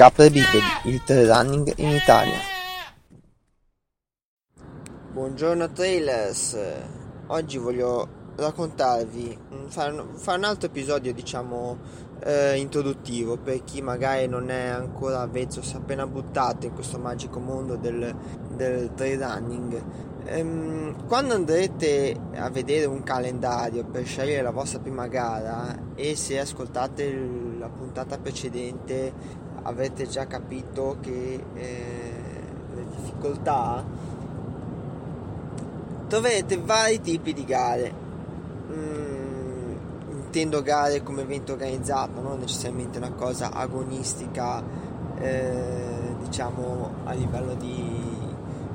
Capre Bipedi, il trail running in Italia. Buongiorno trailers, oggi voglio raccontarvi, fare un altro episodio introduttivo per chi magari non è ancora avvezzo, si è appena buttato in questo magico mondo del trail running. Quando andrete a vedere un calendario per scegliere la vostra prima gara, e se ascoltate la puntata precedente avrete già capito che le difficoltà, troverete vari tipi di gare. Intendo gare come evento organizzato, non necessariamente una cosa agonistica, a livello di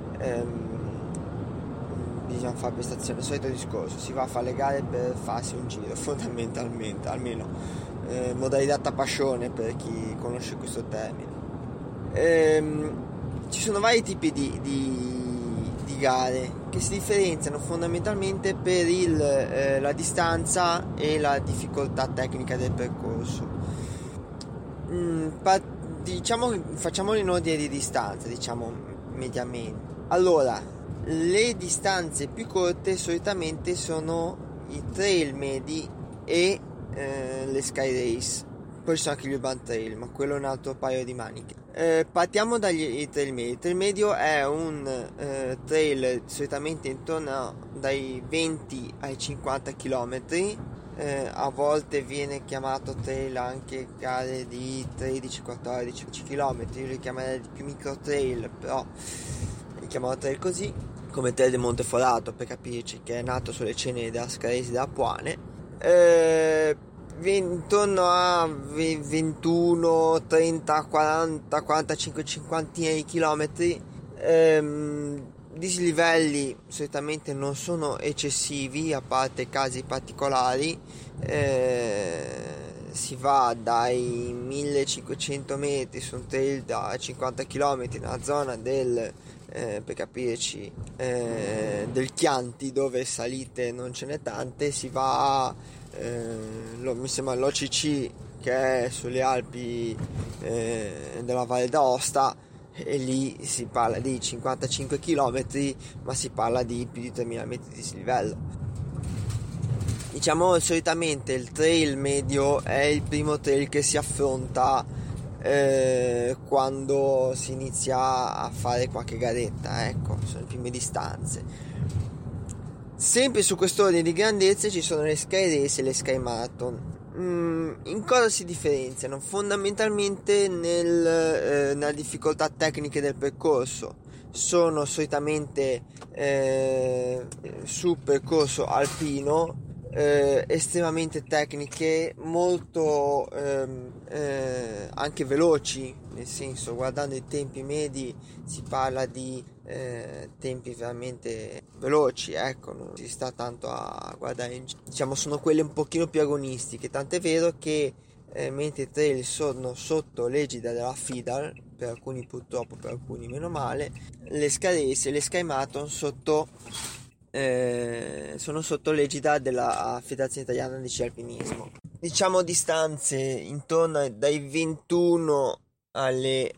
fare prestazione. Solito discorso, si va a fare le gare per farsi un giro fondamentalmente, almeno modalità tapascione per chi conosce questo termine. Ci sono vari tipi di gare che si differenziano fondamentalmente per la distanza e la difficoltà tecnica del percorso. Facciamolo in ordine di distanza, mediamente. Allora, le distanze più corte solitamente sono i trail medi e le sky race. Poi ci sono anche gli urban trail, ma quello è un altro paio di maniche. Partiamo dagli trail medi. Il trail medio è un trail solitamente intorno dai 20 ai 50 km. A volte viene chiamato trail anche gare di 13-14 km. Io li chiamerei più micro trail, però li chiamano trail così, come trail del Monteforato, per capirci, che è nato sulle ceneri della Scalesi della Puane. Intorno a 21, 30, 40, 45, 50 di chilometri. Dislivelli solitamente non sono eccessivi, a parte casi particolari. Si va dai 1500 metri su un trail da 50 km nella zona per capirci, del Chianti, dove salite non ce n'è tante. Si va mi sembra l'OCC, che è sulle Alpi della Valle d'Aosta, e lì si parla di 55 km, ma si parla di più di 3000 metri di dislivello. Solitamente il trail medio è il primo trail che si affronta quando si inizia a fare qualche garetta, sono le prime distanze. Sempre su quest'ordine di grandezze ci sono le sky race e le sky marathon. In cosa si differenziano? Fondamentalmente nella difficoltà tecniche del percorso. Sono solitamente su percorso alpino, estremamente tecniche, molto anche veloci, nel senso, guardando i tempi medi si parla di tempi veramente veloci, non si sta tanto a guardare sono quelle un pochino più agonistiche, tant'è vero che mentre i trail sono sotto l'egida della FIDAL, per alcuni purtroppo, per alcuni meno male, le sky race e le sky marathon sono sotto l'egida della Federazione Italiana di Sci Alpinismo. Distanze intorno dai 21 ai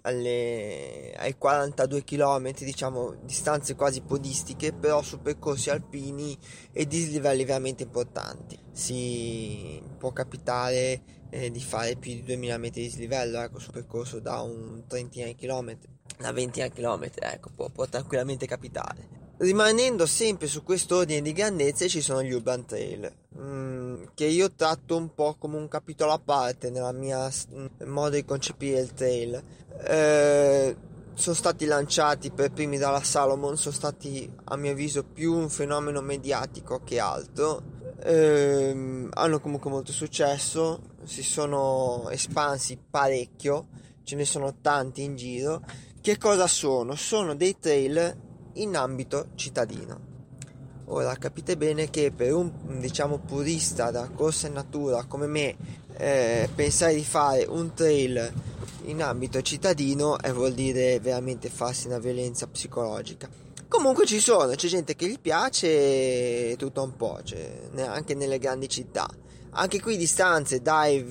42 km, distanze quasi podistiche, però su percorsi alpini e dislivelli veramente importanti. Si può capitare di fare più di 2000 metri di dislivello, su percorso da un 30 km, da 20 km, può tranquillamente capitare. Rimanendo sempre su questo ordine di grandezze, ci sono gli urban trail, che io tratto un po' come un capitolo a parte nella mia modo di concepire il trail. Sono stati lanciati per primi dalla Salomon, sono stati a mio avviso più un fenomeno mediatico che altro. Hanno comunque molto successo, si sono espansi parecchio, ce ne sono tanti in giro. Che cosa sono? Sono dei trail in ambito cittadino. Ora capite bene che per un purista da corsa in natura come me, pensare di fare un trail in ambito cittadino vuol dire veramente farsi una violenza psicologica. Comunque c'è gente che gli piace tutto un po', anche nelle grandi città. Anche qui distanze dai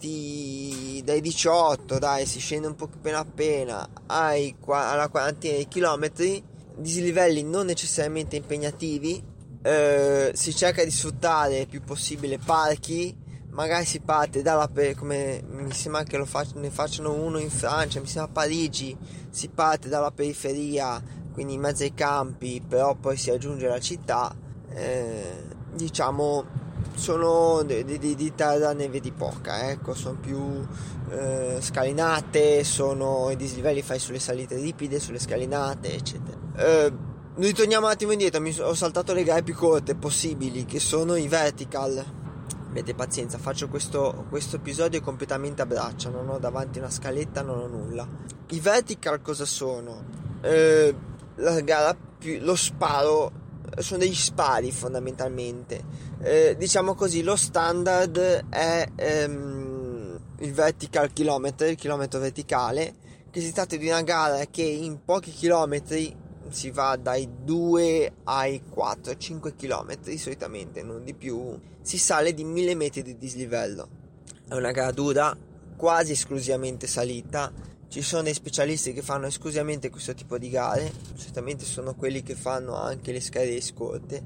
18, si scende un po' appena alla quarantina di chilometri, dislivelli non necessariamente impegnativi. Si cerca di sfruttare il più possibile parchi, magari si parte come mi sembra che ne facciano uno in Francia, mi sembra a Parigi, si parte dalla periferia, quindi in mezzo ai campi, però poi si raggiunge la città. Diciamo sono di terra ne vedi poca, ecco, sono più scalinate, i dislivelli fai sulle salite ripide, sulle scalinate, eccetera. Ritorniamo un attimo indietro, ho saltato le gare più corte possibili, che sono i vertical. Avete pazienza, faccio questo episodio completamente a braccia, non ho davanti una scaletta, non ho nulla. I vertical cosa sono? La gara lo sparo, sono degli spari fondamentalmente. Diciamo così, lo standard è il vertical chilometro, il chilometro verticale, che si tratta di una gara che in pochi chilometri si va dai 2 ai 4, 5 km solitamente, non di più, si sale di 1000 metri di dislivello. È una gara dura, quasi esclusivamente salita. Ci sono dei specialisti che fanno esclusivamente questo tipo di gare, solitamente sono quelli che fanno anche le scale corte.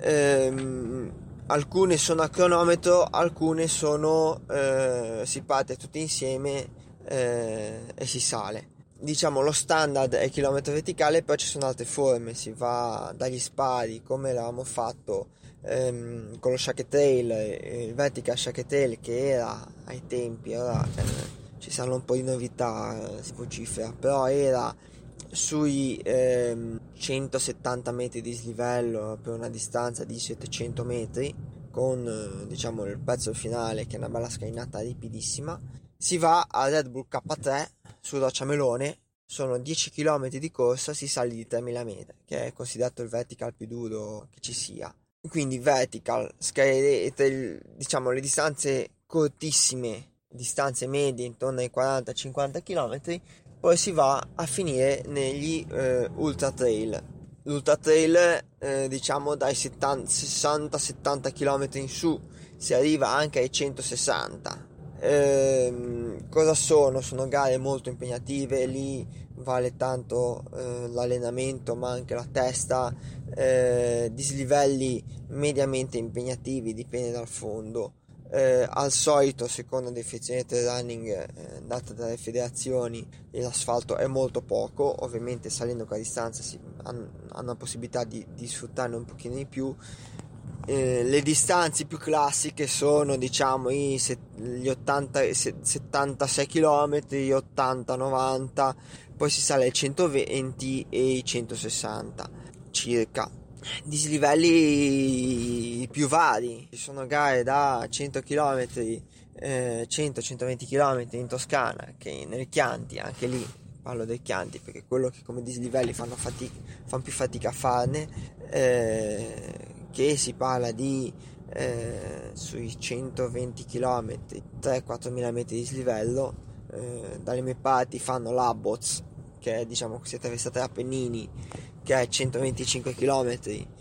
Alcune sono a cronometro, alcune sono si parte tutti insieme e si sale. Diciamo lo standard è il chilometro verticale, poi ci sono altre forme, si va dagli spari come l'avevamo fatto con lo Shake Trail, il Vertical Shake Trail, che era ai tempi, ora ci saranno un po' di novità, si vocifera, però era sui 170 metri di dislivello per una distanza di 700 metri con diciamo il pezzo finale che è una bella scalinata ripidissima. Si va a Red Bull K3 su Roccia Melone, sono 10 km di corsa, si sale di 3000 metri, che è considerato il vertical più duro che ci sia. Quindi vertical, diciamo le distanze cortissime, distanze medie intorno ai 40-50 km, poi si va a finire negli ultra trail. L'ultra trail diciamo dai 60-70 km in su si arriva anche ai 160. Cosa sono? Sono gare molto impegnative, lì vale tanto l'allenamento ma anche la testa, dislivelli mediamente impegnativi, dipende dal fondo. Al solito, secondo definizione del running data dalle federazioni, l'asfalto è molto poco, ovviamente salendo con la distanza hanno la possibilità di sfruttarne un pochino di più. Le distanze più classiche sono diciamo gli 76 km, gli 80-90, poi si sale ai 120 e i 160 circa. Dislivelli più vari, ci sono gare da 100 km, 100-120 km in Toscana, che nel Chianti, anche lì parlo del Chianti perché quello che come dislivelli fanno più fatica a farne, che si parla di sui 120 km 3-4 mila metri di dislivello. Dalle mie parti fanno l'Abbots, che è diciamo si è attraversata Appennini, che è 125 km,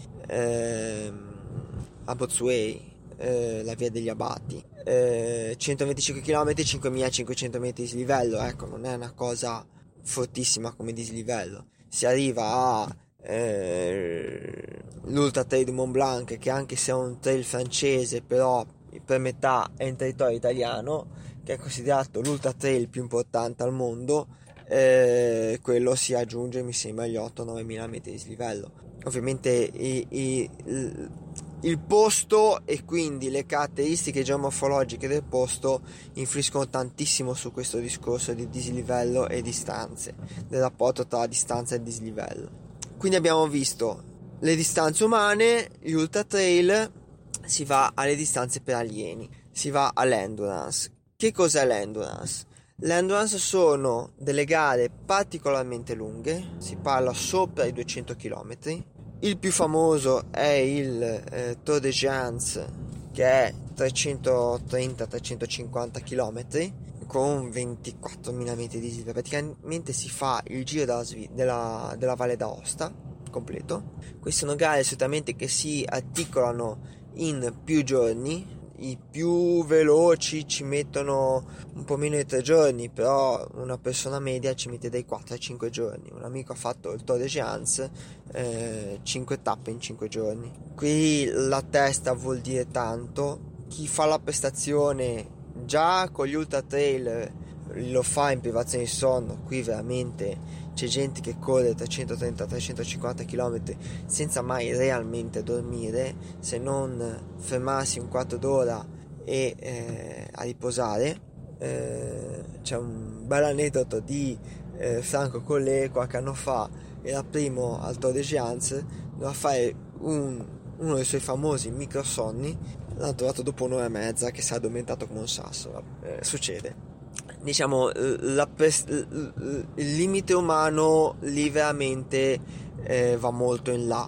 Abbots Way, la via degli Abati, 125 km 5500 metri di dislivello. Ecco, non è una cosa fortissima come dislivello. Si arriva a l'Ultra Trail du Mont Blanc, che anche se è un trail francese, però per metà è in territorio italiano, che è considerato l'ultra trail più importante al mondo. Quello si aggiunge mi sembra agli 8-9 mila metri di dislivello. Ovviamente il posto e quindi le caratteristiche geomorfologiche del posto influiscono tantissimo su questo discorso di dislivello e distanze, del rapporto tra distanza e dislivello. Quindi abbiamo visto le distanze umane, gli ultra trail, si va alle distanze per alieni, si va all'endurance. Che cos'è l'endurance? L'endurance sono delle gare particolarmente lunghe, si parla sopra i 200 km. Il più famoso è il Tour de France, che è 330-350 km con 24.000 metri di dislivello. Praticamente si fa il giro della Valle d'Aosta completo. Queste sono gare assolutamente che si articolano in più giorni, i più veloci ci mettono un po' meno di 3 giorni, però una persona media ci mette dai 4 ai 5 giorni. Un amico ha fatto il Tour de Géance 5 tappe in 5 giorni. Qui la testa vuol dire tanto. Chi fa la prestazione già con gli ultra trail lo fa in privazione di sonno. Qui veramente c'è gente che corre 330-350 km senza mai realmente dormire, se non fermarsi un quarto d'ora e a riposare. C'è un bel aneddoto di Franco Collet. Qualche anno fa era primo al Tour de Géance, doveva fare uno dei suoi famosi microsonni, l'ha trovato dopo un'ora e mezza che si è addormentato come un sasso. Succede. Diciamo, il limite umano lì veramente va molto in là.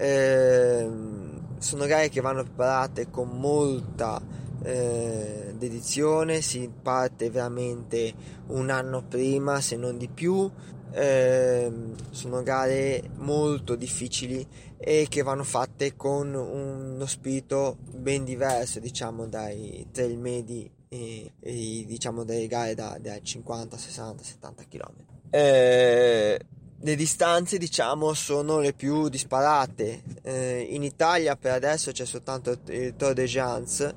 Sono gare che vanno preparate con molta dedizione, si parte veramente un anno prima, se non di più. Sono gare molto difficili e che vanno fatte con uno spirito ben diverso, diciamo, dai trail medi e diciamo delle gare da 50, 60, 70 km. Le distanze, diciamo, sono le più disparate. In Italia per adesso c'è soltanto il Tour de Géance,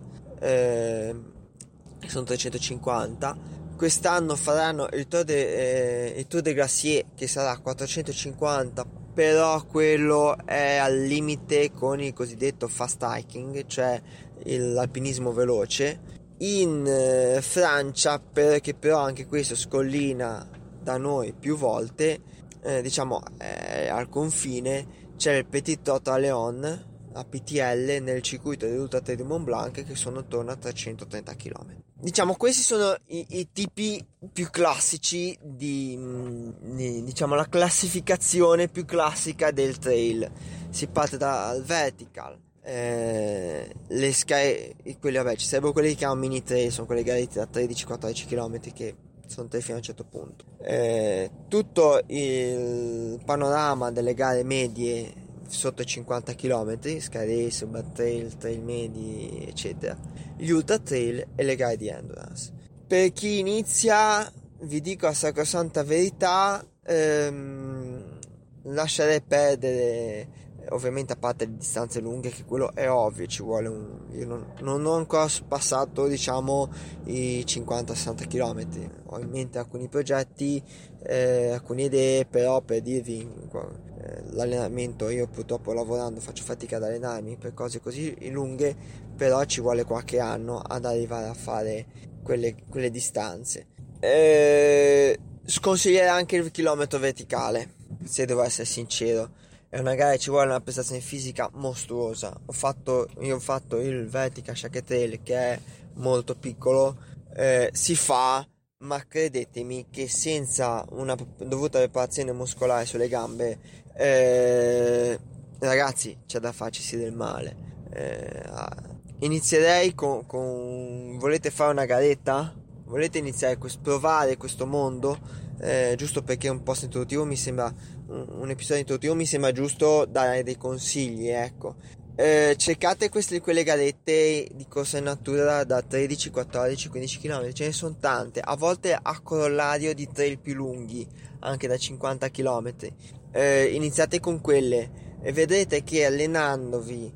sono 350. Quest'anno faranno il Tour de Glacier, che sarà 450, però quello è al limite con il cosiddetto fast hiking, cioè l'alpinismo veloce. In Francia, perché però anche questo scollina da noi più volte, diciamo al confine, c'è il Petit Trot à Léon, APTL, nel circuito dell'Ultra Trail di Mont Blanc, che sono attorno a 330 km. Diciamo, questi sono i tipi più classici diciamo, la classificazione più classica del trail. Si parte dal vertical, le scale, quelli, vabbè, ci sarebbero quelli che chiamano mini trail, sono quelle gare da 13-14 km che sono trail fino a un certo punto. Tutto il panorama delle gare medie sotto i 50 km, sky race, bad trail, trail medi, eccetera, gli ultra trail e le gare di endurance. Per chi inizia, vi dico la sacrosanta verità, lascerei perdere, ovviamente, a parte le distanze lunghe, che quello è ovvio, ci vuole io non ho ancora passato, diciamo, i 50-60 km. Ho in mente alcuni progetti, alcune idee, però per dirvi, l'allenamento, io purtroppo lavorando faccio fatica ad allenarmi per cose così lunghe, però ci vuole qualche anno ad arrivare a fare quelle distanze. Sconsiglierei anche il chilometro verticale, se devo essere sincero. È una gara che ci vuole una prestazione fisica mostruosa. Io ho fatto il Vertical Shake Trail, che è molto piccolo, si fa, ma credetemi che senza una dovuta preparazione muscolare sulle gambe, ragazzi, c'è da farci del male. Inizierei con volete fare una garetta? Volete iniziare a provare questo mondo? Giusto perché è un post introduttivo, mi sembra un episodio introduttivo, mi sembra giusto dare dei consigli, ecco. Cercate quelle garette di corsa in natura da 13, 14, 15 km, ce ne sono tante, a volte a corollario di trail più lunghi, anche da 50 km. Iniziate con quelle e vedrete che allenandovi,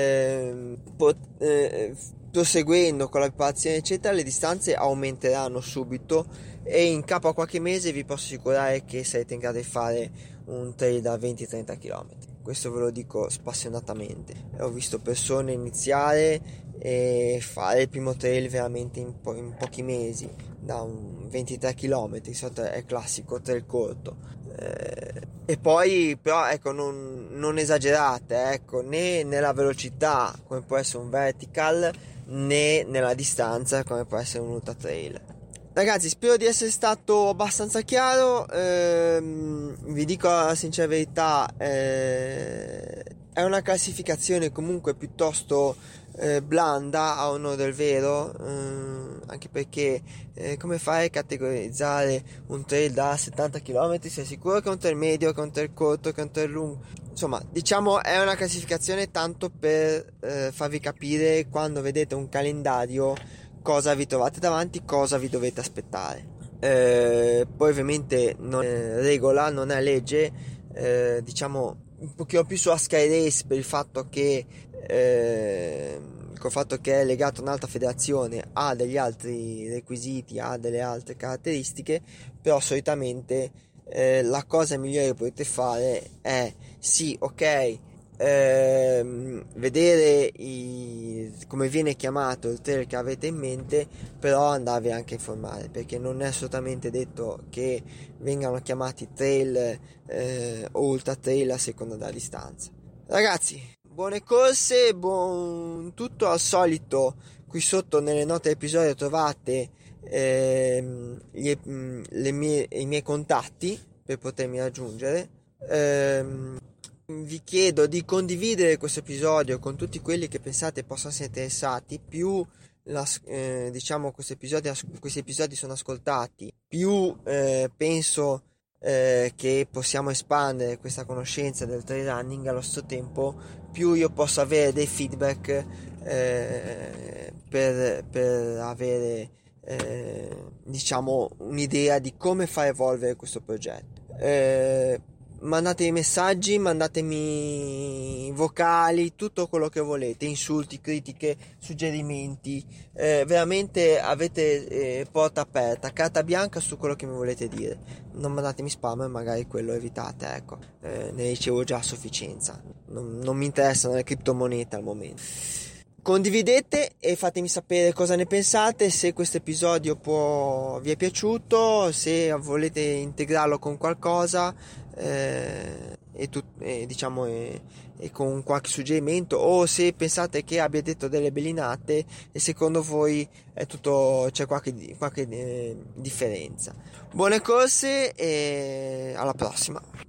proseguendo con la preparazione eccetera, le distanze aumenteranno subito e in capo a qualche mese vi posso assicurare che sarete in grado di fare un trail da 20-30 km. Questo ve lo dico spassionatamente. Ho visto persone iniziare e fare il primo trail veramente in pochi mesi, da un 23 km, è classico trail corto. E poi però, ecco, non esagerate, ecco, né nella velocità come può essere un vertical, né nella distanza come può essere un ultra trail. Ragazzi, spero di essere stato abbastanza chiaro. Vi dico la sincera verità, è una classificazione comunque piuttosto blanda, a onore del vero, anche perché come fai a categorizzare un trail da 70 km? Sei sicuro che è un trail medio, che è un trail corto, che è un trail lungo? Insomma, diciamo è una classificazione tanto per farvi capire, quando vedete un calendario, cosa vi trovate davanti, cosa vi dovete aspettare. Poi ovviamente non è regola, non è legge, diciamo un pochino più sulla Sky Race per il fatto che col fatto che è legato a un'altra federazione, ha degli altri requisiti, ha delle altre caratteristiche, però solitamente la cosa migliore che potete fare è sì, ok, vedere come viene chiamato il trail che avete in mente, però andarvi anche a informare, perché non è assolutamente detto che vengano chiamati trail o ultra trail a seconda della distanza. Ragazzi, buone corse, buon tutto. Al solito qui sotto nelle note dell'episodio trovate i miei contatti per potermi raggiungere. Vi chiedo di condividere questo episodio con tutti quelli che pensate possano essere interessati. Più diciamo questi episodi sono ascoltati, più penso che possiamo espandere questa conoscenza del trail running. Allo stesso tempo più io posso avere dei feedback per avere diciamo un'idea di come far evolvere questo progetto. Mandatemi messaggi, mandatemi vocali, tutto quello che volete, insulti, critiche, suggerimenti, veramente avete porta aperta, carta bianca su quello che mi volete dire. Non mandatemi spam, magari quello evitate, ecco, ne ricevo già a sufficienza, non mi interessano le criptomonete al momento. Condividete e fatemi sapere cosa ne pensate, se questo episodio vi è piaciuto, se volete integrarlo con qualcosa e con qualche suggerimento, o se pensate che abbia detto delle belinate e secondo voi c'è qualche differenza. Buone corse e alla prossima.